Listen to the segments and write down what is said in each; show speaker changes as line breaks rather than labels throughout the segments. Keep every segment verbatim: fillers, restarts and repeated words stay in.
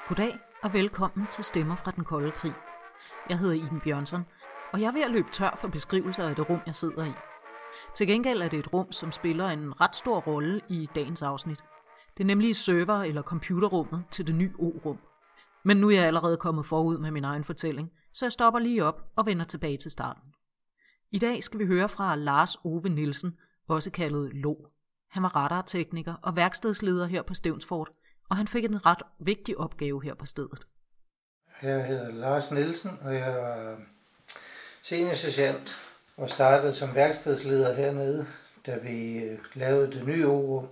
Goddag og velkommen til Stemmer fra den kolde krig. Jeg hedder Iben Bjørnsson, og jeg er ved at løbe tør for beskrivelser af det rum, jeg sidder i. Til gengæld er det et rum, som spiller en ret stor rolle i dagens afsnit. Det er nemlig server- eller computerrummet til det nye O-rum. Men nu er jeg allerede kommet forud med min egen fortælling, så jeg stopper lige op og vender tilbage til starten. I dag skal vi høre fra Lars Ove Nielsen, også kaldet Lo. Han var radartekniker og værkstedsleder her på Stevnsfort, og han fik en ret vigtig opgave her på stedet.
Jeg hedder Lars Nielsen, og jeg er seniorsergeant og startede som værkstedsleder hernede, da vi lavede det nye O-rum.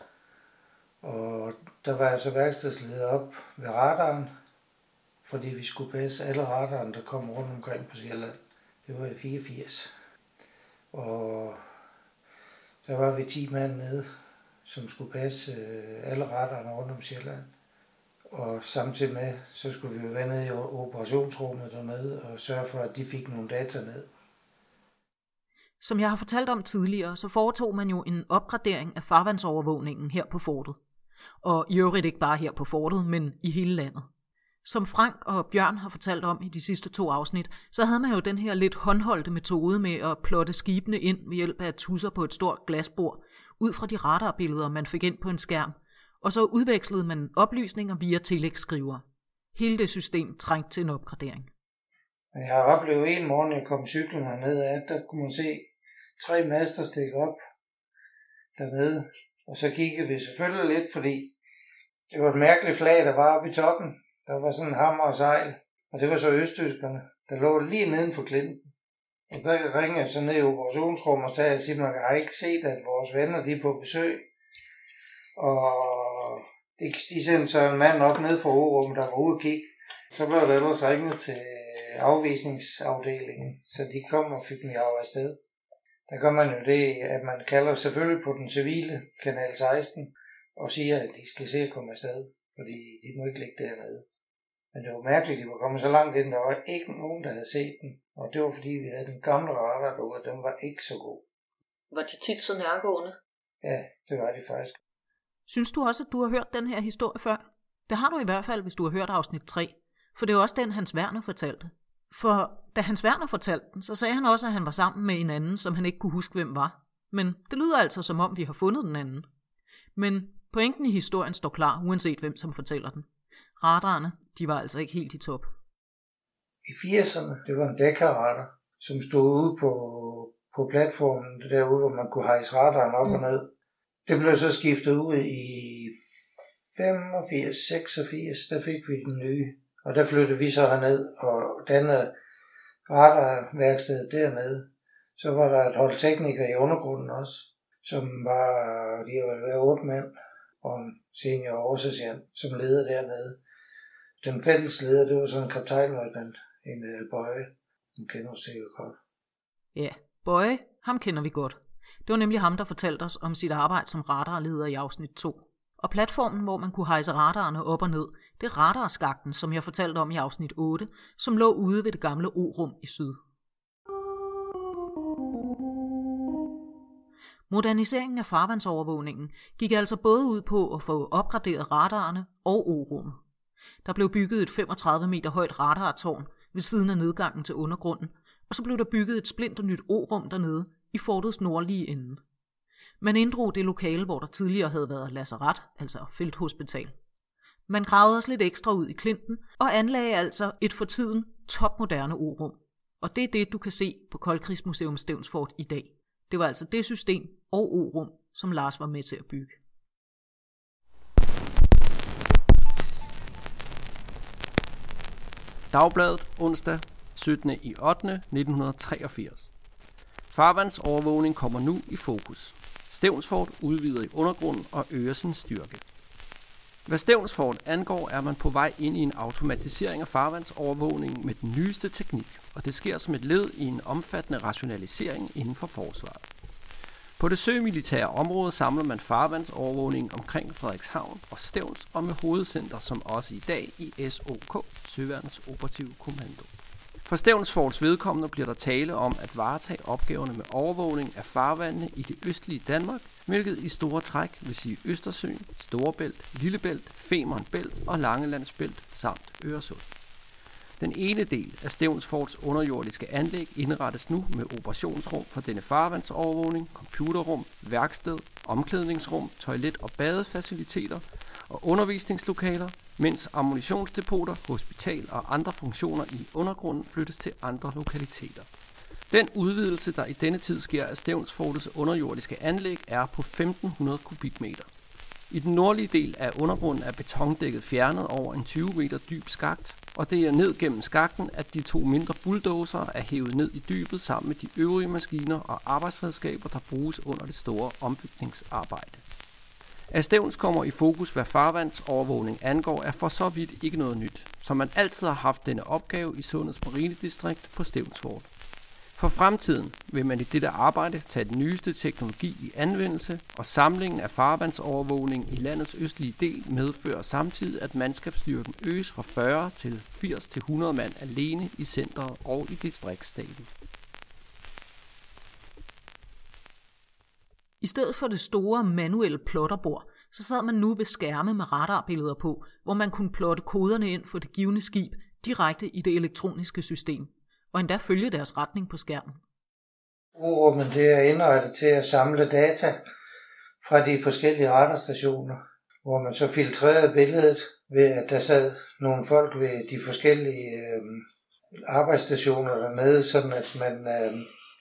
Og der var jeg så værkstedsleder op ved radaren, fordi vi skulle passe alle radaren, der kom rundt omkring på Sjælland. Det var i fireogfirs. Og der var vi ti mand nede, som skulle passe alle radarerne rundt om Sjælland. Og samtidig med, så skulle vi jo være nede i operationsrummet dernede og sørge for, at de fik nogle data ned.
Som jeg har fortalt om tidligere, så foretog man jo en opgradering af farvandsovervågningen her på fortet. Og i øvrigt ikke bare her på fortet, men i hele landet. Som Frank og Bjørn har fortalt om i de sidste to afsnit, så havde man jo den her lidt håndholdte metode med at plotte skibene ind ved hjælp af tusser på et stort glasbord, ud fra de radarbilleder, man fik ind på en skærm, og så udvekslede man oplysninger via telex-skriver. Hele det system trængte til en opgradering.
Jeg har oplevet en morgen, jeg kom cyklen hernede af, der kunne man se tre master stikke op dernede, og så kiggede vi selvfølgelig lidt, fordi det var et mærkeligt flag, der var oppe i toppen. Der var sådan en hammer og sejl, og det var så østtyskerne, der lå lige neden for klinten. Og der ringede jeg så ned i operationsrummet og sagde, at man har ikke set, at vores venner de er på besøg. Og de sendte så en mand op ned for O-rummet, der var ude og kigge. Så blev der ellers ringet til afvisningsafdelingen, så de kom og fik mig af afsted. Der gør man jo det, at man kalder selvfølgelig på den civile kanal seksten og siger, at de skal se at komme afsted, fordi de må ikke ligge dernede. Men det var mærkeligt, de var kommet så langt ind, der var ikke nogen, der havde set den. Og det var fordi, vi havde den gamle radar derude, og den var ikke så god.
Var de tit så nærgående?
Ja, det var de faktisk.
Synes du også, at du har hørt den her historie før? Det har du i hvert fald, hvis du har hørt afsnit tre. For det er også den, Hans Werner fortalte. For da Hans Werner fortalte den, så sagde han også, at han var sammen med en anden, som han ikke kunne huske, hvem var. Men det lyder altså, som om vi har fundet den anden. Men pointen i historien står klar, uanset hvem som fortæller den. Radarerne, de var altså ikke helt i top.
I firserne, det var en Dekka-radar, som stod ude på, på platformen, derude, hvor man kunne hejse radaren op mm. og ned. Det blev så skiftet ud i femogfirs seksogfirs, der fik vi den nye. Og der flyttede vi så herned og dannede radarværkstedet dernede. Så var der et hold teknikere i undergrunden også, som var, de var været otte mand, og en senior oversergeant, som leder dernede. Den fælles leder, det var sådan en kaptajnløjtnant, en uh, Bøje, den kender du sikkert godt.
Ja, Bøje, ham kender vi godt. Det var nemlig ham, der fortalte os om sit arbejde som radarleder i afsnit to. Og platformen, hvor man kunne hejse radarerne op og ned, det er radarskakten, som jeg fortalte om i afsnit otte, som lå ude ved det gamle O-rum i syd. Moderniseringen af farvandsovervågningen gik altså både ud på at få opgraderet radarerne og O-rummet. Der blev bygget et femogtredive meter højt radartårn ved siden af nedgangen til undergrunden, og så blev der bygget et splinternyt O-rum dernede i fortets nordlige ende. Man inddrog det lokale, hvor der tidligere havde været lazaret, altså felthospital. Man gravede os lidt ekstra ud i klinten og anlagde altså et for tiden topmoderne O-rum. Og det er det, du kan se på Koldkrigsmuseum Stevnsfort i dag. Det var altså det system og O-rum, som Lars var med til at bygge.
Dagbladet onsdag syttende i ottende nitten treogfirs. Farvandsovervågning kommer nu i fokus. Stevnsfort udvider i undergrunden og øger sin styrke. Hvad Stevnsfort angår, er man på vej ind i en automatisering af farvandsovervågningen med den nyeste teknik, og det sker som et led i en omfattende rationalisering inden for forsvaret. På det sømilitære område samler man farvandsovervågningen omkring Frederikshavn og Stevns og med hovedcenter som også i dag i S O K, Søværnets Operative Kommando. For Stevnsforts vedkommende bliver der tale om at varetage opgaverne med overvågning af farvandene i det østlige Danmark, hvilket i store træk vil sige Østersøen, Storebælt, Lillebælt, Femern Bælt og Langelandsbælt samt Øresund. Den ene del af Stevnsforts underjordiske anlæg indrettes nu med operationsrum for denne farvandsovervågning, computerrum, værksted, omklædningsrum, toilet- og badefaciliteter og undervisningslokaler, mens ammunitionsdepoter, hospital og andre funktioner i undergrunden flyttes til andre lokaliteter. Den udvidelse, der i denne tid sker af Stevnsfortets underjordiske anlæg, er på femten hundrede kubikmeter. I den nordlige del af undergrunden er betondækket fjernet over en tyve meter dyb skakt, og det er ned gennem skakten, at de to mindre bulldozere er hævet ned i dybet sammen med de øvrige maskiner og arbejdsredskaber, der bruges under det store ombygningsarbejde. At Stevns kommer i fokus, hvad farvandsovervågning angår, er for så vidt ikke noget nyt, som man altid har haft denne opgave i Sundets Marinedistrikt på Stevnsfort. For fremtiden vil man i dette arbejde tage den nyeste teknologi i anvendelse, og samlingen af farvandsovervågning i landets østlige del medfører samtidig, at mandskabsstyrken øges fra fyrre til firs til hundrede mand alene i centret og i distriktsstaben.
I stedet for det store manuelle plotterbord, så sad man nu ved skærme med radarbilleder på, hvor man kunne plotte koderne ind for det givne skib direkte i det elektroniske system, og endda følge deres retning på skærmen.
Orummet det er indrettet til at samle data fra de forskellige radarstationer, hvor man så filtrerede billedet ved, at der sad nogle folk ved de forskellige øh, arbejdsstationer dernede, sådan at man... Øh,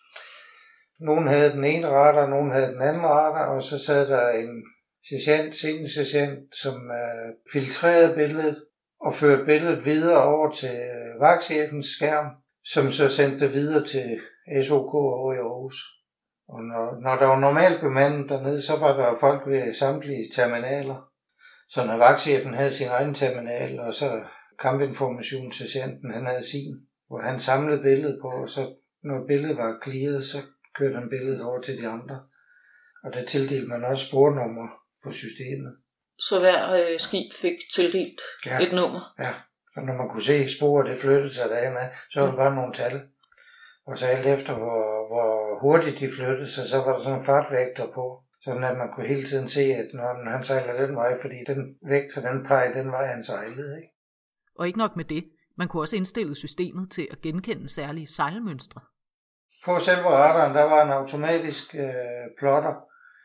Nogen havde den ene radar, nogen havde den anden radar, og så sad der en sergeant, seniorsergeant, som øh, filtrerede billedet og førte billedet videre over til øh, vagtchefens skærm, som så sendte det videre til S O K over i Aarhus. Og når, når der var normalt bemandet dernede, så var der folk ved samtlige terminaler. Så når vagtchefen havde sin egen terminal, og så kampinformationssergeanten, han havde sin, hvor han samlede billedet på, og så når billedet var clearet, så kørte han billedet over til de andre. Og der tildelte man også spornummer på systemet.
Så hver øh, skib fik tildelt
ja.
et nummer?
Ja, og når man kunne se sporet, det flyttede sig derhen af, så var det bare nogle tal. Og så alt efter, hvor, hvor hurtigt de flyttede sig, så var der sådan en fartvægter på. Sådan at man kunne hele tiden se, at når han sejler den vej, fordi den vægter, den peger den vej, han sejlede. Ikke?
Og ikke nok med det, man kunne også indstille systemet til at genkende særlige sejlmønstre.
På selve radaren, der var en automatisk øh, plotter.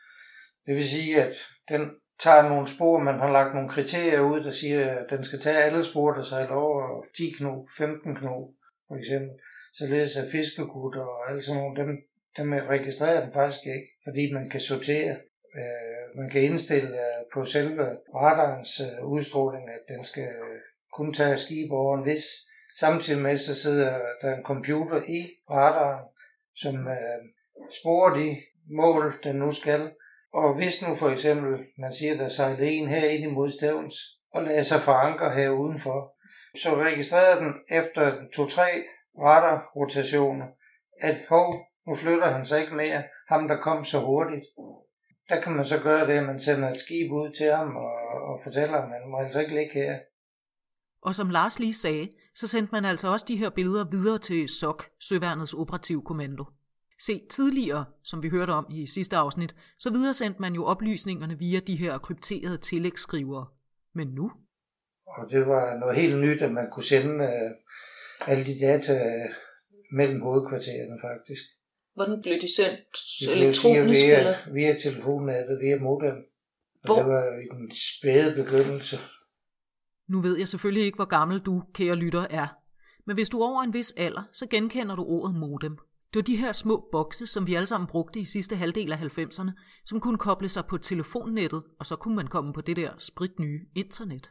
Det vil sige, at den tager nogle spor, man har lagt nogle kriterier ud, der siger, at den skal tage alle spor, der sejler over ti knop, femten knop, for eksempel. Således at fiskekutter og alle sådan nogle, dem, dem registrerer den faktisk ikke, fordi man kan sortere. Øh, man kan indstille øh, på selve radarens øh, udstråling, at den skal kun tage skib over en vis. Samtidig med, så sidder der en computer i radaren, som øh, sporer de mål, den nu skal. Og hvis nu for eksempel, man siger, der sejler en her ind imod Stevns, og lader sig forankre her udenfor, så registrerer den efter to-tre radarrotationer, at hov, nu flytter han sig ikke mere, ham der kom så hurtigt. Der kan man så gøre det, at man sender et skib ud til ham og, og fortæller ham, at han må altså ikke ligge her.
Og som Lars lige sagde, så sendte man altså også de her billeder videre til S O C, Søværnets Operative Kommando. Se, tidligere, som vi hørte om i sidste afsnit, så videre sendte man jo oplysningerne via de her krypterede tillægsskrivere. Men nu?
Og det var noget helt nyt, at man kunne sende øh, alle de data mellem hovedkvartererne faktisk.
Hvordan blev de sendt?
Det
Elektronisk
via,
eller?
Via telefonnettet, via modem.
Hvor?
Og det var i den spæde begyndelse.
Nu ved jeg selvfølgelig ikke, hvor gammel du, kære lytter, er. Men hvis du er over en vis alder, så genkender du ordet modem. Det var de her små bokse, som vi alle sammen brugte i sidste halvdel af halvfemserne, som kunne koble sig på telefonnettet, og så kunne man komme på det der spritnye internet.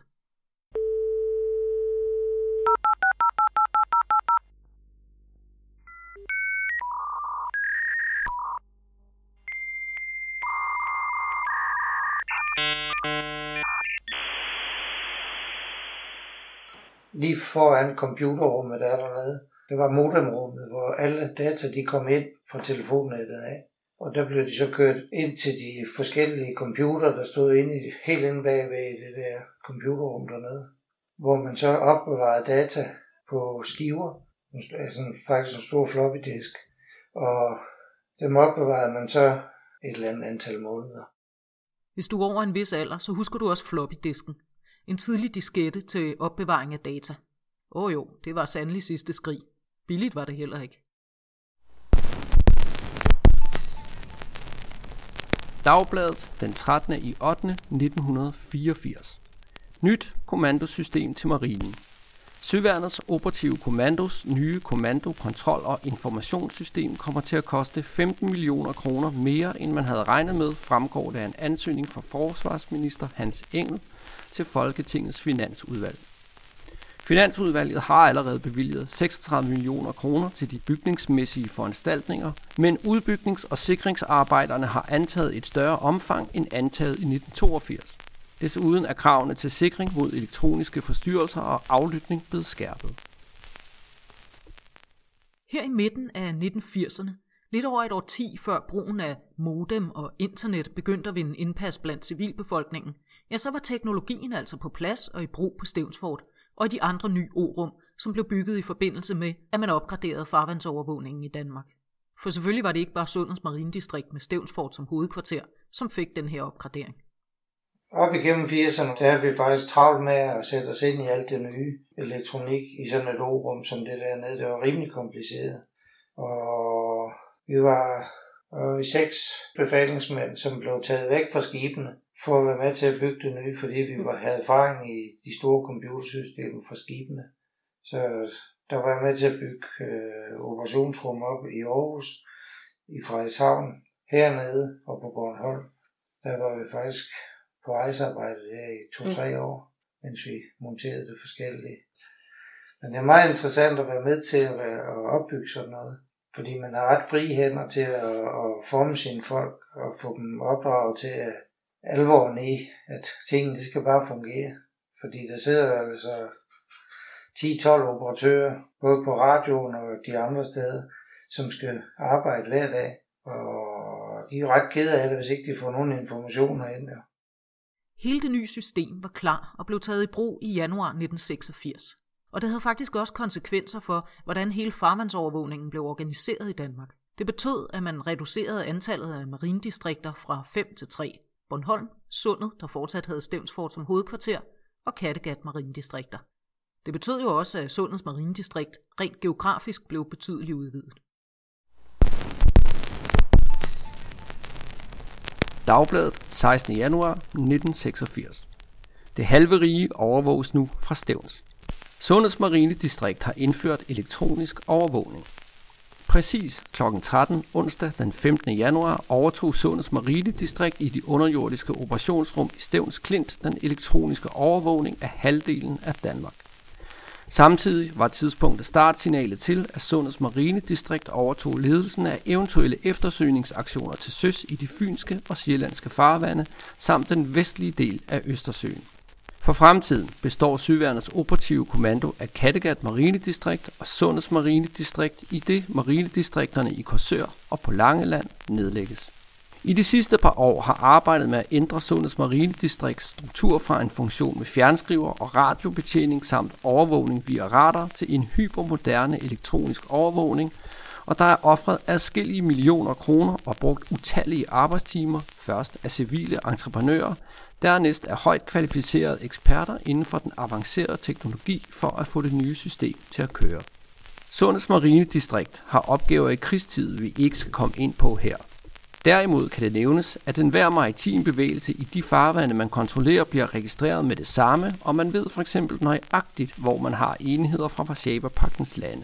Lige foran computerrummet der dernede, det var modemrummet, hvor alle data de kom ind fra telefonnettet af. Og der blev de så kørt ind til de forskellige computere, der stod inde i, helt inde bagved i det der computerrum dernede. Hvor man så opbevarede data på skiver, sådan, faktisk en stor floppy disk. Og dem opbevarede man så et eller andet antal måneder.
Hvis du er over en vis alder, så husker du også floppy-disken. En tidlig diskette til opbevaring af data. Åh oh jo, det var sandelig sidste skrig. Billigt var det heller ikke.
Dagbladet den trettende i ottende nitten fireogfirs. Nyt kommandosystem til marinen. Søværnets operative kommandos nye kommando-, kontrol- og informationssystem kommer til at koste femten millioner kroner mere, end man havde regnet med, fremgår det af en ansøgning fra forsvarsminister Hans Engel til Folketingets Finansudvalg. Finansudvalget har allerede bevilget seksogtredive millioner kroner til de bygningsmæssige foranstaltninger, men udbygnings- og sikringsarbejderne har antaget et større omfang end antaget i nitten toogfirs. Desuden er kravene til sikring mod elektroniske forstyrrelser og aflytning blevet skærpet.
Her i midten af nitten firserne, lidt over et årti før brugen af modem og internet begyndte at vinde indpas blandt civilbefolkningen, ja, så var teknologien altså på plads og i brug på Stevnsfort og i de andre nye O-rum, som blev bygget i forbindelse med, at man opgraderede farvandsovervågningen i Danmark. For selvfølgelig var det ikke bare Sundens Marinedistrikt med Stevnsfort som hovedkvarter, som fik den her opgradering.
Op igennem firserne, der er vi faktisk travlt med at sætte os ind i alt det nye elektronik i sådan et O-rum som det dernede. Det var rimelig kompliceret. Og vi var øh, seks befalingsmænd, som blev taget væk fra skibene for at være med til at bygge det nye, fordi vi var, havde erfaring i de store computersystemer fra skibene. Så der var jeg med til at bygge øh, operationsrum op i Aarhus, i Frederikshavn, hernede og på Bornholm. Der var vi faktisk på rejsearbejde der i to-tre år, mens vi monterede det forskellige. Men det er meget interessant at være med til at, være, at opbygge sådan noget, fordi man har ret frie hænder til at, at forme sine folk og få dem opdraget til at alvoren i, at tingene skal bare fungere. Fordi der sidder altså ti-tolv operatører, både på radioen og de andre steder, som skal arbejde hver dag. Og de er ret kede af det, hvis ikke de får nogen informationer ind. Ja.
Hele det nye system var klar og blev taget i brug i januar nitten seksogfirs. Og det havde faktisk også konsekvenser for, hvordan hele farvandsovervågningen blev organiseret i Danmark. Det betød, at man reducerede antallet af marinedistrikter fra fem til tre. Bornholm, Sundet, der fortsat havde Stevnsfort som hovedkvarter, og Kattegat marinedistrikter. Det betød jo også, at Sundets marinedistrikt rent geografisk blev betydeligt udvidet.
Dagbladet sekstende januar nitten seksogfirs. Det halve rige overvåges nu fra Stevns. Sundets Marinedistrikt har indført elektronisk overvågning. Præcis klokken tretten onsdag den femtende januar overtog Sundets Marinedistrikt i de underjordiske operationsrum i Stevns Klint den elektroniske overvågning af halvdelen af Danmark. Samtidig var tidspunktet startsignalet til, at Sundets Marinedistrikt overtog ledelsen af eventuelle eftersøgningsaktioner til søs i de fynske og sjællandske farvande samt den vestlige del af Østersøen. For fremtiden består Søværnets operative kommando af Kattegat Marinedistrikt og Sundets Marinedistrikt, i det marinedistrikterne i Korsør og på Langeland nedlægges. I de sidste par år har arbejdet med at ændre Sundets Marinedistrikts struktur fra en funktion med fjernskriver og radiobetjening samt overvågning via radar til en hypermoderne elektronisk overvågning, og der er ofret adskillige millioner kroner og brugt utallige arbejdstimer, først af civile entreprenører, dernæst af højt kvalificerede eksperter inden for den avancerede teknologi for at få det nye system til at køre. Sundets Marinedistrikt har opgaver i krigstid, vi ikke skal komme ind på her. Derimod kan det nævnes, at enhver maritim bevægelse i de farvande, man kontrollerer, bliver registreret med det samme, og man ved for eksempel nøjagtigt, hvor man har enheder fra Warszawapagtens lande.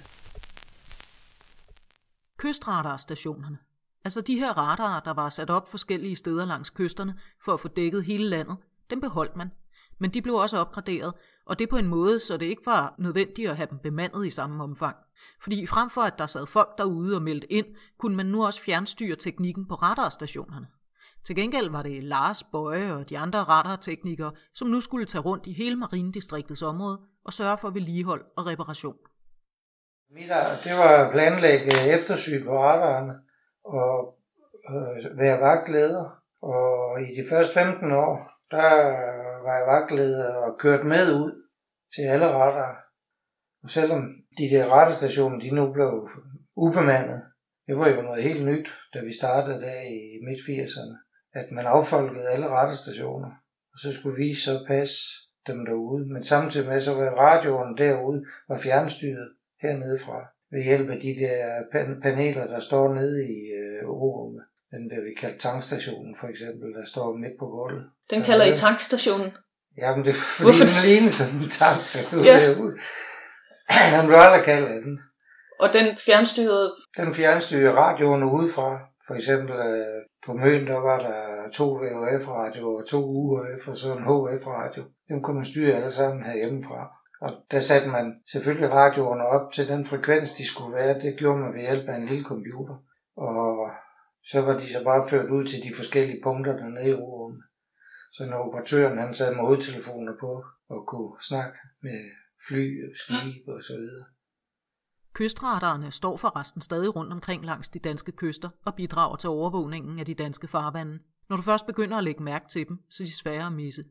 Kystradarstationerne. Altså de her radarer, der var sat op forskellige steder langs kysterne for at få dækket hele landet, dem beholdt man. Men de blev også opgraderet, og det på en måde, så det ikke var nødvendigt at have dem bemandet i samme omfang. Fordi frem for at der sad folk derude og meldte ind, kunne man nu også fjernstyre teknikken på radarstationerne. Til gengæld var det Lars Bøje og de andre radarteknikere, som nu skulle tage rundt i hele marinedistriktets område og sørge for vedligehold og reparation.
Det var at planlægge eftersyn på radarerne og øh, være vagtleder. Og i de første femten år, der var jeg vagtleder og kørt med ud til alle radarer. Og selvom de der radiostationer, de nu blev ubemandet, det var jo noget helt nyt, da vi startede der i midt firserne, at man affolkede alle radiostationer, og så skulle vi så passe dem derude. Men samtidig med, så var radioen derude var fjernstyret hernede fra, ved hjælp af de der pan- paneler, der står nede i øh, rummet. Den der vi kalder tankstationen for eksempel, der står midt på gulvet.
Den kalder I tankstationen?
Jamen det er fordi, den ligner sådan en tank, der stod
ja.
derude. Han blev aldrig kaldt af den.
Og den fjernstyrede?
Den fjernstyrede radioen udefra. For eksempel øh, på Møn, der var der to V H F-radioer og to U H F og så en H F-radio. Dem kunne man styre alle sammen herhjemmefra. Og der satte man selvfølgelig radioerne op til den frekvens, de skulle være. Det gjorde man ved hjælp af en lille computer. Og så var de så bare ført ud til de forskellige punkter dernede i rummet. Så når operatøren han sad med hovedtelefoner på og kunne snakke med fly, skib og så videre.
Kystradarerne står forresten stadig rundt omkring langs de danske kyster og bidrager til overvågningen af de danske farvande. Når du først begynder at lægge mærke til dem, så er de svære at misse.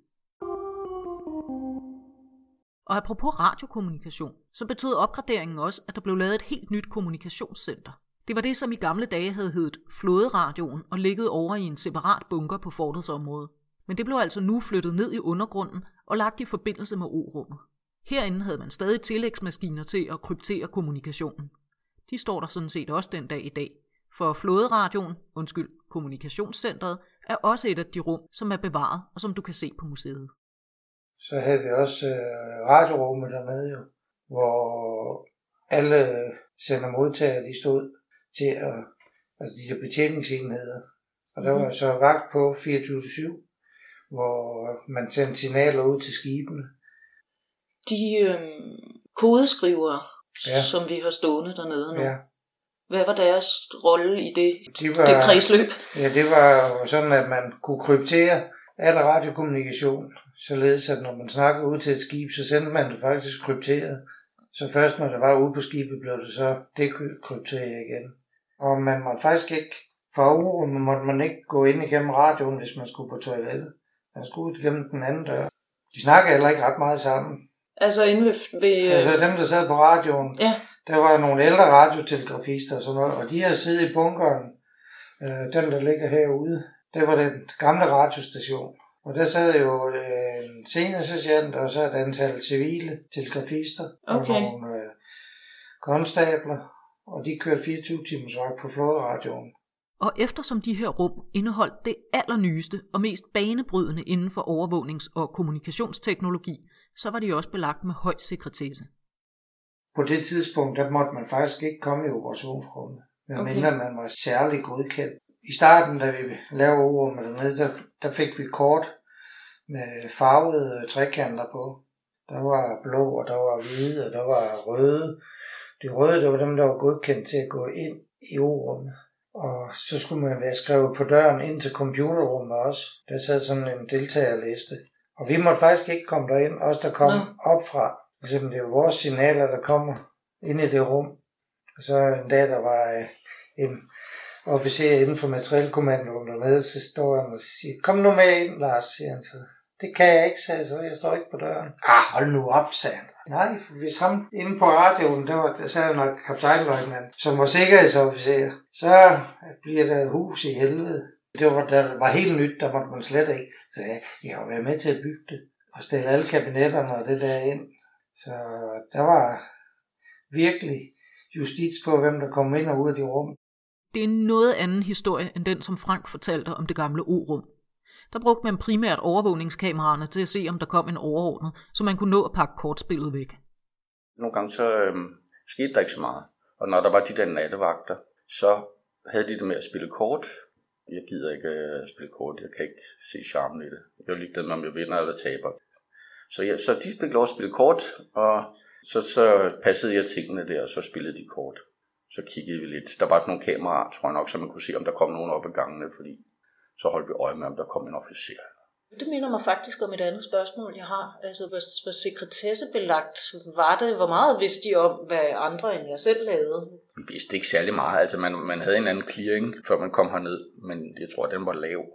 Og apropos radiokommunikation, så betød opgraderingen også, at der blev lavet et helt nyt kommunikationscenter. Det var det, som i gamle dage havde heddet flåderadioen og ligget over i en separat bunker på fortets område. Men det blev altså nu flyttet ned i undergrunden og lagt i forbindelse med O-rummet. Herinde havde man stadig tillægsmaskiner til at kryptere kommunikationen. De står der sådan set også den dag i dag. For flåderadioen, undskyld, kommunikationscentret, er også et af de rum, som er bevaret og som du kan se på museet.
Så havde vi også øh, radiorummet dernede jo, hvor alle sender modtagere, de stod til at, altså de der betjeningsenheder. Og der var så vagt på fireogtyve syv, hvor man sendte signaler ud til skibene.
De øh, kodeskrivere,
ja.
som vi har stående dernede nu.
Ja.
Hvad var deres rolle i det,
de var,
det kredsløb?
Ja, det var sådan, at man kunne kryptere al radiokommunikation, således at når man snakkede ud til et skib, så sendte man det faktisk krypteret. Så først når det var ude på skibet, blev det så dekrypteret igen. Og man måtte faktisk ikke, for ordet måtte man ikke gå ind igennem radioen, hvis man skulle på toilettet. Man skulle ud igennem den anden dør. De snakkede heller ikke ret meget sammen.
Altså inde ved... ved
altså dem, der sad på radioen,
ja.
Der var nogle ældre radiotelegrafister og sådan noget, og de har siddet i bunkeren, øh, den der ligger herude. Det var den gamle radiostation. Og der sad jo øh, en seniorsergeant, og så et antal civile telegrafister,
okay.
Og nogle øh, konstabler, og de kørte fireogtyve timers vagt på flåderadioen.
Og eftersom de her rum indeholdt det allernyeste og mest banebrydende inden for overvågnings- og kommunikationsteknologi, så var de også belagt med høj sekretesse.
På det tidspunkt, der måtte man faktisk ikke komme i operationsrummet, medmindre okay. man var særlig godkendt. I starten, da vi lavede O-rummet dernede, der, der fik vi kort med farvede trekanter på. Der var blå, og der var hvide, og der var røde. De røde, det var dem, der var godkendt til at gå ind i O-rummet. Og så skulle man være skrevet på døren ind til computerrummet også. Der sad sådan en deltagerliste. Og vi måtte faktisk ikke komme derind, også der kom ja. op fra. Ligesom det er jo vores signaler, der kommer ind i det rum. Og så en dag, der var en officer inden for materielkommandoen dernede, så står han og siger, kom nu med ind, Lars, siger han så. Det kan jeg ikke, sagde så, jeg står ikke på døren. Ah, hold nu op, sagde han. Nej, for hvis ham inde på radioen, der, var, der sad nok kaptajnløjtnant, som var sikkerhedsofficer, så bliver der hus i helvede. Det var, der var helt nyt, der måtte man slet ikke. Så jeg, jeg har været med til at bygge det, og stille alle kabinetterne og det der ind. Så der var virkelig justits på, hvem der kom ind og ud af de rum.
Det er en noget anden historie, end den, som Frank fortalte om det gamle O-rum. Der brugte man primært overvågningskameraerne til at se, om der kom en overordnet, så man kunne nå at pakke kortspillet væk.
Nogle gange så øhm, skete der ikke så meget. Og når der var de der nattevagter, så havde de det med at spille kort. Jeg gider ikke at spille kort, jeg kan ikke se charmen i det. Jeg er ligeglad med, om jeg vinder eller taber. Så, ja, så de fik lov at spille kort, og så, så passede jeg tingene der, og så spillede de kort. Så kiggede vi lidt. Der var nogle kameraer, tror jeg nok, så man kunne se, om der kom nogen op ad gangene, fordi så holdt vi øje med, om der kom en officer.
Det minder mig faktisk om et andet spørgsmål, jeg har. Altså, hvor, hvor sekretessebelagt var det? Hvor meget vidste de om, hvad andre end jeg selv lavede?
Vi vidste ikke særlig meget. Altså, man, man havde en anden clearing, før man kom herned, men jeg tror, den var lav.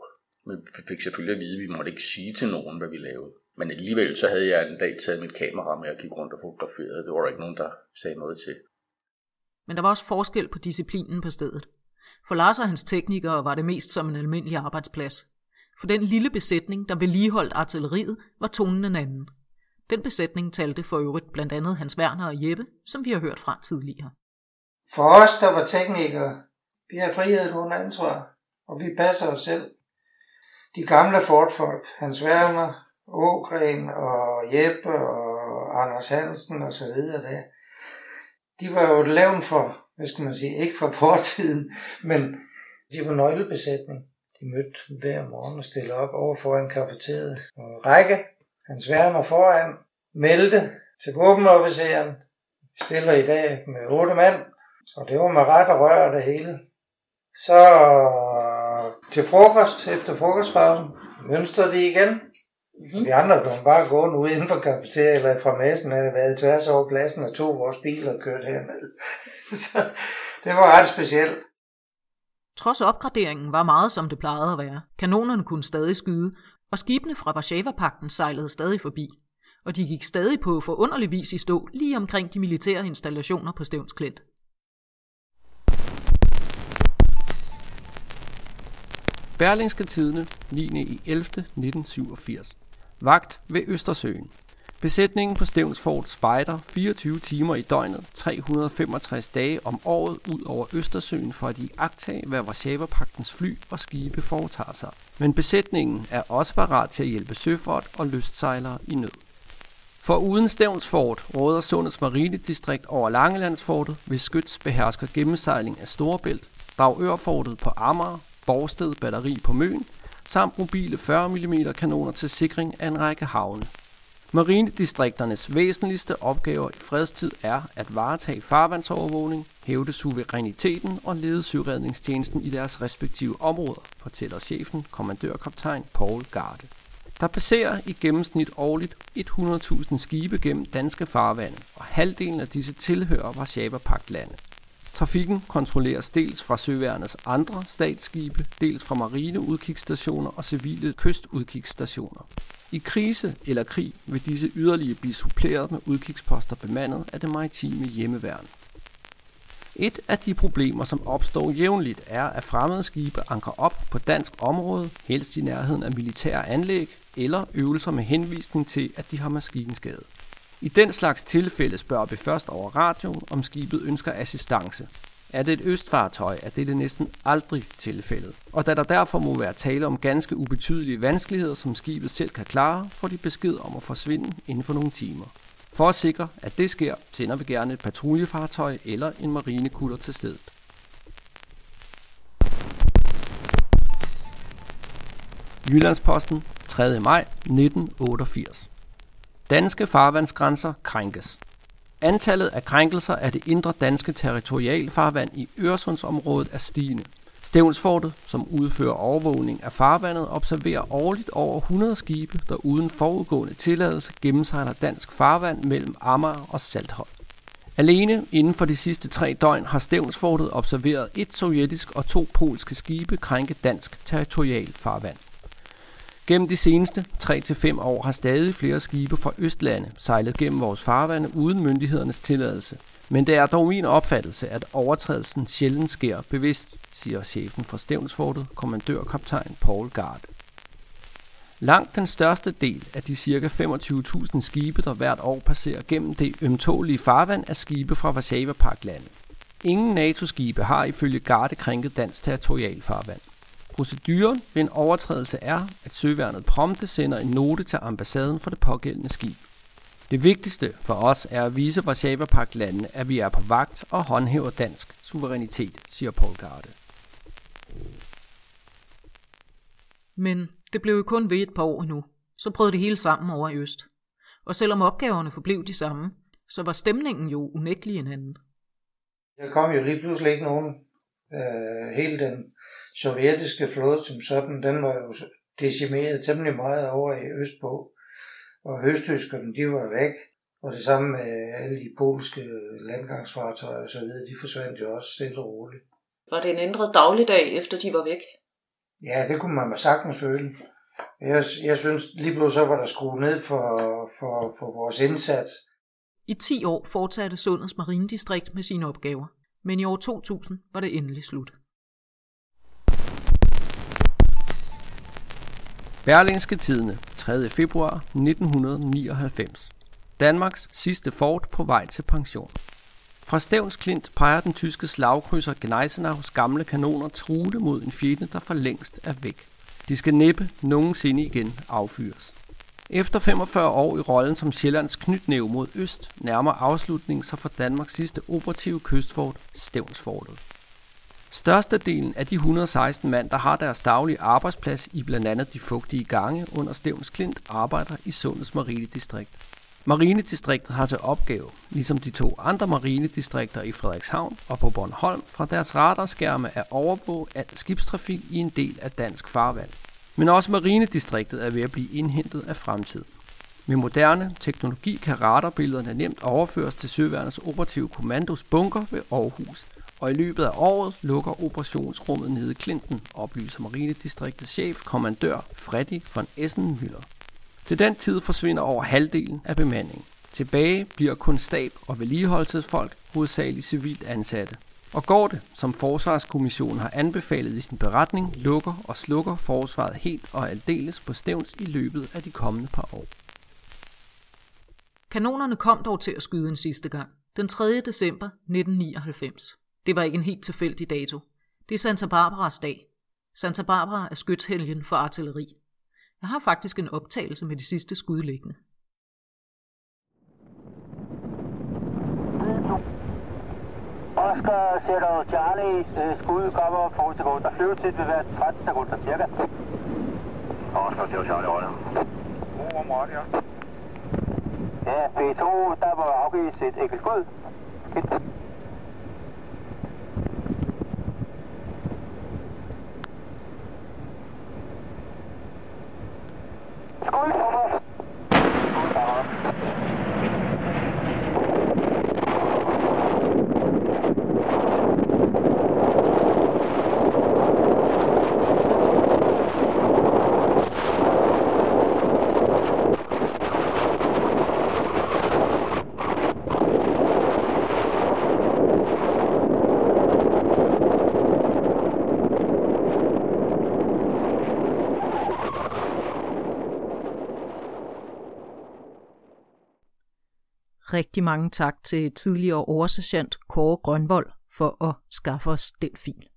Men vi fik selvfølgelig at vide, at vi måtte ikke sige til nogen, hvad vi lavede. Men alligevel så havde jeg en dag taget mit kamera med og gik rundt og fotograferet. Det var der ikke nogen, der sagde noget til.
Men der var også forskel på disciplinen på stedet. For Lars og hans teknikere var det mest som en almindelig arbejdsplads. For den lille besætning, der vedligeholdt artilleriet, var tonen en anden. Den besætning talte for øvrigt blandt andet Hans Werner og Jeppe, som vi har hørt fra tidligere.
For os, der var teknikere, vi har frihed under ansvar, og vi passer os selv. De gamle fortfolk, Hans Werner, Ågren og Jeppe og Anders Hansen og så videre der, de var jo lavet for, hvad skal man sige, ikke for fortiden, men de var nøglebesætning. De mødte hver morgen og stillede op over foran kafeteriet. Og række, Hans Werner foran, meldte til våbenofficeren. Vi stiller i dag med otte mand, og det var med ret og rør det hele. Så til frokost, efter frokostpausen, mønstrede de igen. Mm-hmm. Vi andre blev bare gående ude inden for kafeteriet, eller fra massen, havde været tværs over pladsen og tog vores biler og kørte herned. Så det var ret specielt.
Trods opgraderingen var meget som det plejede at være. Kanonerne kunne stadig skyde, og skibene fra Warszawapagten sejlede stadig forbi. Og de gik stadig på forunderlig vis i stå lige omkring de militære installationer på Stevns Klint.
Berlingske Tidende, niende ellevte nitten syvogfirs. Vagt ved Østersøen. Besætningen på Stevns Fort spejder fireogtyve timer i døgnet, tre hundrede og femogtres dage om året ud over Østersøen for at iagttage, hvad Warszawapagtens fly og skibe foretager sig. Men besætningen er også parat til at hjælpe søfart og lystsejlere i nød. For uden Stevns Fort råder Sundets marinedistrikt over Langelandsfortet, hvis skyts behersker gennemsejling af Storebælt, Dragørfortet på Amager, Borsted batteri på Møn, samt mobile fyrre millimeter kanoner til sikring af en række havne. Marinedistrikternes væsentligste opgaver i fredstid er at varetage farvandsovervågning, hævde suveræniteten og lede søredningstjenesten i deres respektive områder, fortæller chefen, kommandørkaptajn Paul Garde. Der passerer i gennemsnit årligt hundrede tusind skibe gennem danske farvande, og halvdelen af disse tilhører Warszawapagtlande. Trafikken kontrolleres dels fra søværnets andre statsskibe, dels fra marineudkigsstationer og civile kystudkigsstationer. I krise eller krig vil disse yderligere blive suppleret med udkigsposter bemandet af det maritime hjemmeværn. Et af de problemer, som opstår jævnligt, er, at fremmede skibe anker op på dansk område, helst i nærheden af militære anlæg, eller øvelser med henvisning til, at de har maskinskade. I den slags tilfælde spørger vi først over radioen, om skibet ønsker assistance. Er det et østfartøj, er det næsten aldrig tilfældet. Og da der derfor må være tale om ganske ubetydelige vanskeligheder, som skibet selv kan klare, får de besked om at forsvinde inden for nogle timer. For at sikre, at det sker, sender vi gerne et patruljefartøj eller en marinekutter til stedet. Jyllandsposten, tredje maj nitten otteogfirs. Danske farvandsgrænser krænkes. Antallet af krænkelser af det indre danske territorialfarvand i Øresundsområdet er stigende. Stevnsfortet, som udfører overvågning af farvandet, observerer årligt over hundrede skibe, der uden forudgående tilladelse gennemsejler dansk farvand mellem Amager og Saltholm. Alene inden for de sidste tre døgn har Stevnsfortet observeret et sovjetisk og to polske skibe krænke dansk territorialfarvand. Gennem de seneste tre til fem år har stadig flere skibe fra Østlande sejlet gennem vores farvande uden myndighedernes tilladelse. Men det er dog min opfattelse, at overtrædelsen sjældent sker bevidst, siger chefen for Stevnsfortet, kommandørkaptajn Paul Garde. Langt den største del af de ca. femogtyve tusind skibe, der hvert år passerer gennem det ømtålige farvand, er skibe fra Warszawapagtlande. Ingen NATO-skibe har ifølge Garde krænket dansk territorialfarvand. Proceduren ved en overtrædelse er, at søværnet prompte sender en note til ambassaden for det pågældende skib. Det vigtigste for os er at vise Warszawapagtlandene, at vi er på vagt og håndhæver dansk suverænitet, siger Paul Garde.
Men det blev jo kun ved et par år nu. Så brød det hele sammen over i øst. Og selvom opgaverne forblev de samme, så var stemningen jo unægtelig en anden.
Der kom jo lige pludselig ikke nogen. Øh, hele den sovjetiske flåde som sådan, den var jo decimeret temmelig meget over i østpå. Og østtyskerne, de var væk. Og det samme med alle de polske landgangsfartøjer og så videre, de forsvandt jo også stille og roligt.
Var det en ændret dagligdag, efter de var væk?
Ja, det kunne man med sagtens føle. Jeg, jeg synes lige pludselig så var der skruet ned for, for, for vores indsats.
I ti år fortsatte Sundets Marinedistrikt med sine opgaver, men i år to tusind var det endelig slut.
Berlingske Tidende, tredje februar nitten nioghalvfems. Danmarks sidste fort på vej til pension. Fra Stevns Klint peger den tyske slagkrydser Gneisenau's gamle kanoner truende mod en fjende, der for længst er væk. De skal næppe nogensinde igen affyres. Efter femogfyrre år i rollen som Sjællands knytnæve mod øst, nærmer afslutningen sig for Danmarks sidste operative kystfort, Stevnsfortet. Størstedelen af de et hundrede og seksten mand, der har deres daglige arbejdsplads i blandt andet de fugtige gange under Stevns Klint, arbejder i Sundets Marinedistrikt. Marinedistriktet har til opgave, ligesom de to andre marinedistrikter i Frederikshavn og på Bornholm, fra deres radarskærme at overvåge al skibstrafik i en del af dansk farvand. Men også marinedistriktet er ved at blive indhentet af fremtiden. Med moderne teknologi kan radarbillederne nemt overføres til Søværnets operative kommandos bunker ved Aarhus, og i løbet af året lukker operationsrummet nede i Klinten, oplyser marinedistriktets chef, kommandør Freddy von Essenmüller. Til den tid forsvinder over halvdelen af bemandingen. Tilbage bliver kun stab og vedligeholdelsesfolk, hovedsageligt civilt ansatte. Og går det, som Forsvarskommissionen har anbefalet i sin beretning, lukker og slukker forsvaret helt og aldeles på Stevns i løbet af de kommende par år.
Kanonerne kom dog til at skyde en sidste gang, den tredje december nitten nioghalvfems. Det var ikke en helt tilfældig dato. Det er Santa Barbaras dag. Santa Barbara er skytshelgen for artilleri. Jeg har faktisk en optagelse med de sidste skud liggende.
Oscar sætter Charlie, skud kommer på sekunder. Flyvetid vil være tretten sekunder cirka. Oscar sætter Charlie rolle. God om ret, ja. Ja, B to, der var afgivet et enkelt skud. Skud kommer. Skud kommer.
Rigtig mange tak til tidligere oversergent Kåre Grønvold for at skaffe os den fil.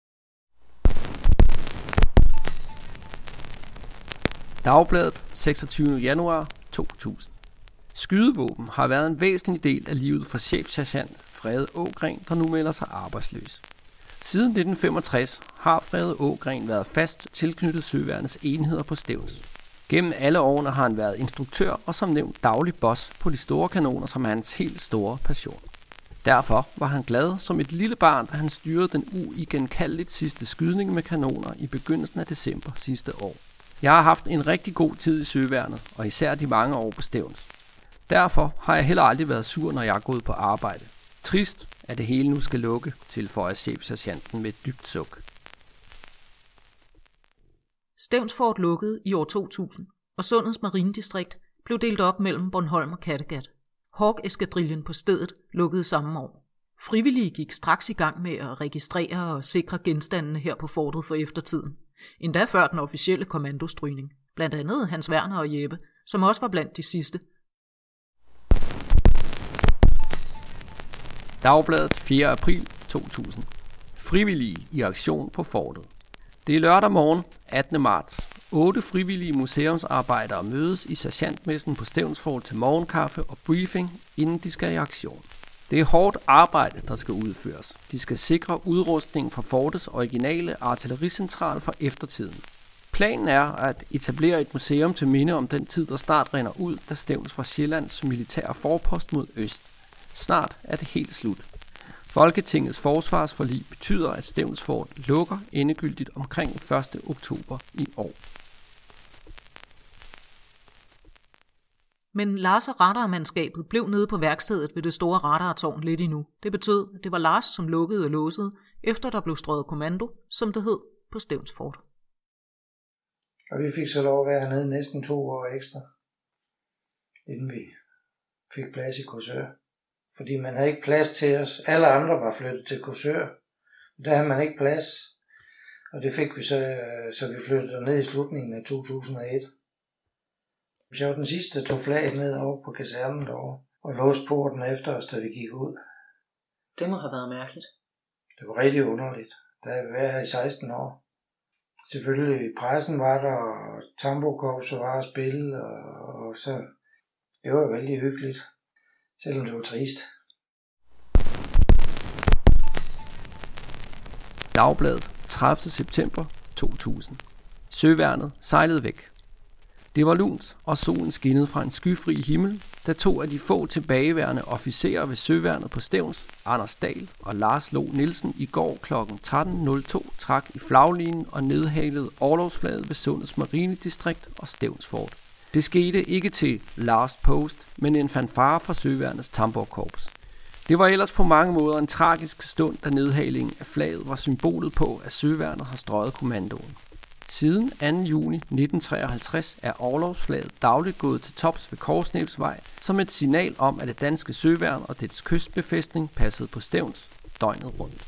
Dagbladet seksogtyvende januar to tusind. Skydevåben har været en væsentlig del af livet for chefsergent Frede Ågren, der nu melder sig arbejdsløs. Siden nitten femogtres har Frede Ågren været fast tilknyttet Søværnets enheder på Stevns. Gennem alle årene har han været instruktør og som nævnt daglig boss på de store kanoner, som er hans helt store passion. Derfor var han glad som et lille barn, da han styrede den uigenkaldeligt sidste skydning med kanoner i begyndelsen af december sidste år. Jeg har haft en rigtig god tid i Søværnet, og især de mange år på Stevns. Derfor har jeg heller aldrig været sur, når jeg er gået på arbejde. Trist, at det hele nu skal lukke, tilføjer chefsergeanten med et dybt suk.
Stevnsfort lukkede i år to tusind, og Sundets Marinedistrikt blev delt op mellem Bornholm og Kattegat. Hawk-eskadrillen på stedet lukkede samme år. Frivillige gik straks i gang med at registrere og sikre genstandene her på fortet for eftertiden. Endda før den officielle kommandostrygning. Blandt andet Hans Werner og Jeppe, som også var blandt de sidste.
Dagbladet fjerde april to tusind. Frivillige i aktion på fortet. Det er lørdag morgen, attende marts. Otte frivillige museumsarbejdere mødes i sergeantmessen på Stevnsfort til morgenkaffe og briefing, inden de skal i aktion. Det er hårdt arbejde, der skal udføres. De skal sikre udrustningen fra fortets originale artillericentral for eftertiden. Planen er at etablere et museum til minde om den tid, der snart rinder ud, da Stevns var Sjællands militære forpost mod øst. Snart er det helt slut. Folketingets forsvarsforlig betyder, at Stevnsfort lukker endegyldigt omkring første oktober i år.
Men Lars og radarmandskabet blev nede på værkstedet ved det store radartårn lidt endnu. Det betød, at det var Lars, som lukkede og låsede, efter der blev strøget kommando, som det hed, på Stevnsfort.
Og vi fik så lov at være hernede næsten to år ekstra, inden vi fik plads i Korsør. Fordi man havde ikke plads til os. Alle andre var flyttet til Korsør. Der havde man ikke plads. Og det fik vi så, så vi flyttede ned i slutningen af to tusind og et. Jeg var den sidste, der tog flaget ned over på kasernen derovre, og låste porten efter os, da vi gik ud.
Det må have været mærkeligt.
Det var rigtig underligt. Der havde vi været her i seksten år. Selvfølgelig pressen var der, og Tambokorpset var at spille, og, og så det var vældig hyggeligt, selvom det var trist.
Dagbladet tredivte september to tusind. Søværnet sejlede væk. Det var lunt, og solen skinnede fra en skyfri himmel, da to af de få tilbageværende officerer ved Søværnet på Stevns, Anders Dahl og Lars Lo Nielsen, i går klokken tretten nul to trak i flaglinjen og nedhalede orlogsflaget ved Sundets Marinedistrikt og Stevns Fort. Det skete ikke til last post, men en fanfare fra Søværnets Tamborkorps. Det var ellers på mange måder en tragisk stund, da nedhalingen af flaget var symbolet på, at Søværnet har strøget kommandoen. Siden anden juni nitten treoghalvtreds er orlogsflaget dagligt gået til tops ved Korsnæbsvej som et signal om, at det danske søværn og dets kystbefæstning passede på Stevns døgnet rundt.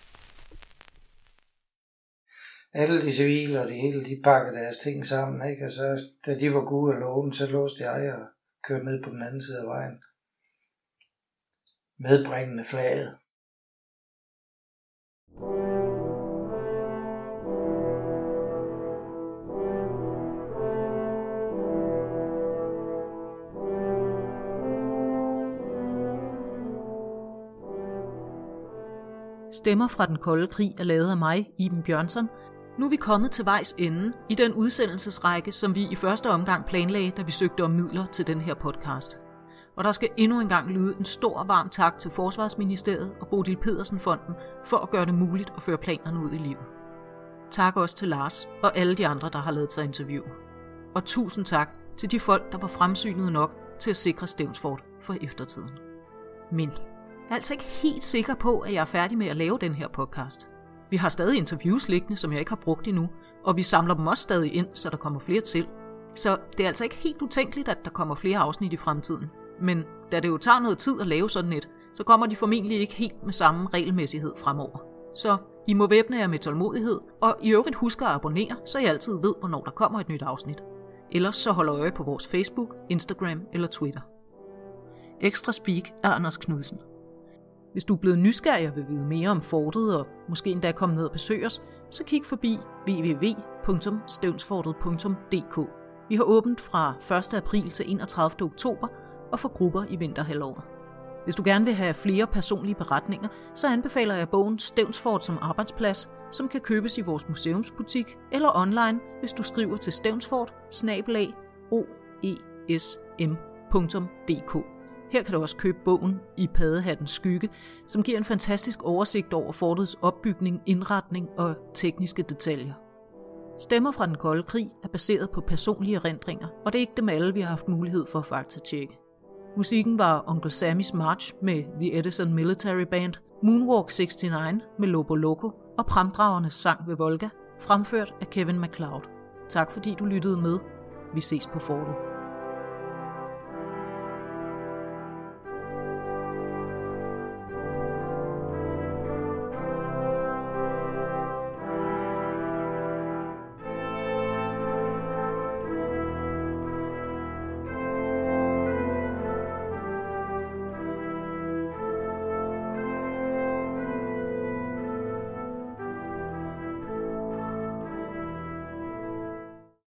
Alle de civile og de hele, de pakkede deres ting sammen, ikke? Og så, da de var gode af lågen, så låste jeg og kørte ned på den anden side af vejen. Medbringende flaget.
Stemmer fra den kolde krig er lavet af mig, Iben Bjørnsson. Nu er vi kommet til vejs ende i den udsendelsesrække, som vi i første omgang planlagde, da vi søgte om midler til den her podcast. Og der skal endnu en gang lyde en stor og varm tak til Forsvarsministeriet og Bodil Pedersen Fonden for at gøre det muligt at føre planerne ud i livet. Tak også til Lars og alle de andre, der har lavet sig interview. Og tusind tak til de folk, der var fremsynede nok til at sikre Stevns Fort for eftertiden. Men jeg er altså ikke helt sikker på, at jeg er færdig med at lave den her podcast. Vi har stadig interviews liggende, som jeg ikke har brugt endnu, og vi samler dem også stadig ind, så der kommer flere til. Så det er altså ikke helt utænkeligt, at der kommer flere afsnit i fremtiden. Men da det jo tager noget tid at lave sådan et, så kommer de formentlig ikke helt med samme regelmæssighed fremover. Så I må væbne jer med tålmodighed, og i øvrigt husk at abonnere, så I altid ved, hvornår der kommer et nyt afsnit. Ellers så hold øje på vores Facebook, Instagram eller Twitter. Ekstra Speak er Anders Knudsen. Hvis du er blevet nysgerrig og vil vide mere om fortet og måske endda komme ned og besøge os, så kig forbi w w w punktum stevnsfortet punktum d k. Vi har åbent fra første april til enogtredivte oktober og for grupper i vinterhalvåret. Hvis du gerne vil have flere personlige beretninger, så anbefaler jeg bogen Stevns Fort som arbejdsplads, som kan købes i vores museumsbutik eller online, hvis du skriver til stevnsfort bindestreg o e s m punktum d k. Her kan du også købe bogen I Paddehattens skygge, som giver en fantastisk oversigt over fortets opbygning, indretning og tekniske detaljer. Stemmer fra den kolde krig er baseret på personlige erindringer, og det er ikke dem alle, vi har haft mulighed for at faktatjekke. Musikken var Uncle Sammys March med The Edison Military Band, Moonwalk seksogtres med Lobo Loco og Fremdragernes sang ved Volga, fremført af Kevin MacLeod. Tak fordi du lyttede med. Vi ses på fortet.